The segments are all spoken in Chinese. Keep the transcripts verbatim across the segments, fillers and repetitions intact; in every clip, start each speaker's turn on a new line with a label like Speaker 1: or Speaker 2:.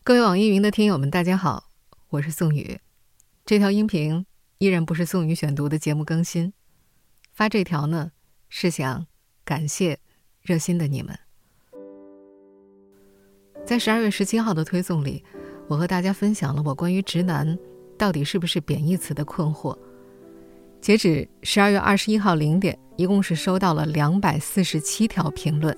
Speaker 1: 各位网易云的听友们，大家好，我是宋宇。这条音频依然不是宋宇选读的节目更新，发这条呢，是想感谢热心的你们。在十二月十七号的推送里，我和大家分享了我关于直男到底是不是贬义词的困惑。截止十二月二十一号零点，一共是收到了两百四十七条评论。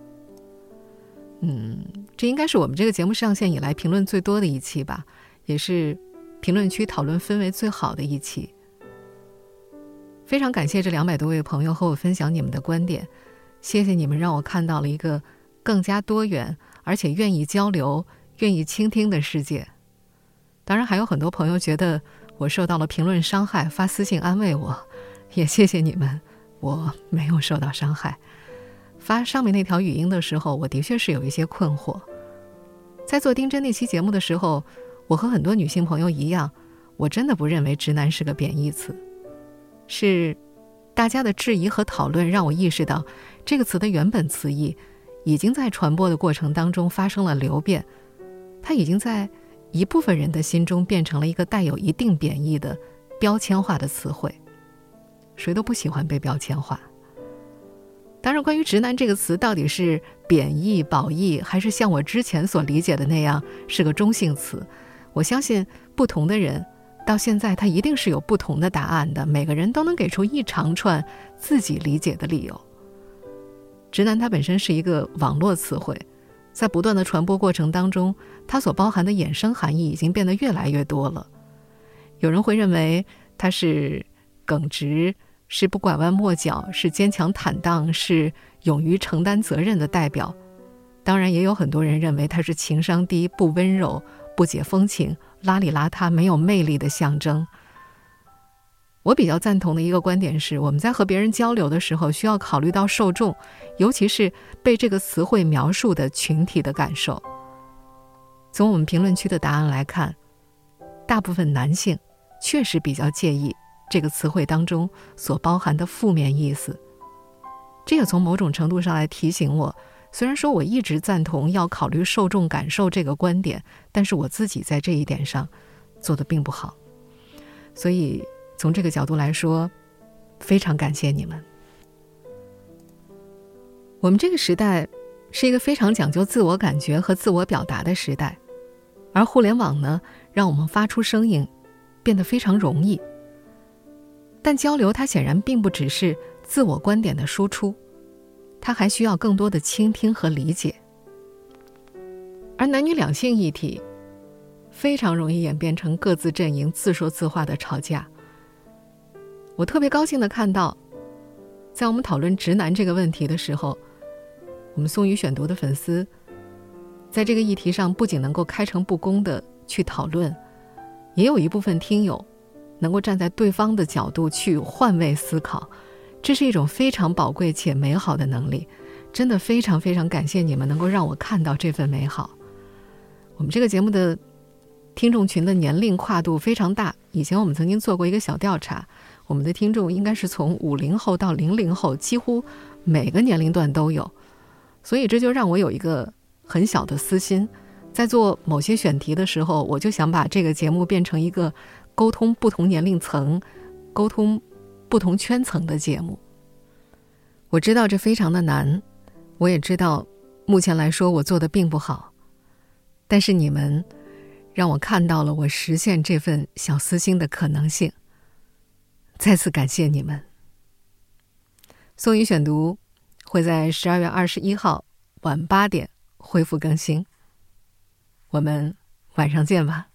Speaker 1: 嗯，这应该是我们这个节目上线以来评论最多的一期吧，也是评论区讨论氛围最好的一期。非常感谢这两百多位朋友和我分享你们的观点，谢谢你们让我看到了一个更加多元而且愿意交流、愿意倾听的世界。当然还有很多朋友觉得我受到了评论伤害，发私信安慰我，也谢谢你们，我没有受到伤害。发上面那条语音的时候，我的确是有一些困惑。在做丁真那期节目的时候，我和很多女性朋友一样，我真的不认为直男是个贬义词。是大家的质疑和讨论让我意识到，这个词的原本词义已经在传播的过程当中发生了流变，它已经在一部分人的心中变成了一个带有一定贬义的标签化的词汇。谁都不喜欢被标签化。当然，关于直男这个词到底是贬义、褒义，还是像我之前所理解的那样是个中性词，我相信不同的人到现在他一定是有不同的答案的，每个人都能给出一长串自己理解的理由。直男它本身是一个网络词汇，在不断的传播过程当中，它所包含的衍生含义已经变得越来越多了。有人会认为它是耿直，是不拐弯抹角，是坚强坦荡，是勇于承担责任的代表。当然也有很多人认为它是情商低、不温柔、不解风情、邋里邋遢、没有魅力的象征。我比较赞同的一个观点是，我们在和别人交流的时候需要考虑到受众，尤其是被这个词汇描述的群体的感受。从我们评论区的答案来看，大部分男性确实比较介意这个词汇当中所包含的负面意思。这也从某种程度上来提醒我，虽然说我一直赞同要考虑受众感受这个观点，但是我自己在这一点上做得并不好。所以从这个角度来说，非常感谢你们。我们这个时代是一个非常讲究自我感觉和自我表达的时代，而互联网呢，让我们发出声音变得非常容易。但交流它显然并不只是自我观点的输出，它还需要更多的倾听和理解。而男女两性议题非常容易演变成各自阵营自说自话的吵架。我特别高兴地看到，在我们讨论直男这个问题的时候，我们宋宇选读的粉丝在这个议题上不仅能够开诚布公地去讨论，也有一部分听友能够站在对方的角度去换位思考，这是一种非常宝贵且美好的能力。真的非常非常感谢你们能够让我看到这份美好。我们这个节目的听众群的年龄跨度非常大，以前我们曾经做过一个小调查，我们的听众应该是从五零后到零零后，几乎每个年龄段都有。所以这就让我有一个很小的私心，在做某些选题的时候，我就想把这个节目变成一个沟通不同年龄层、沟通不同圈层的节目。我知道这非常的难，我也知道目前来说我做的并不好，但是你们让我看到了我实现这份小私心的可能性，再次感谢你们。宋宇选读会在十二月二十一号晚八点恢复更新，我们晚上见吧。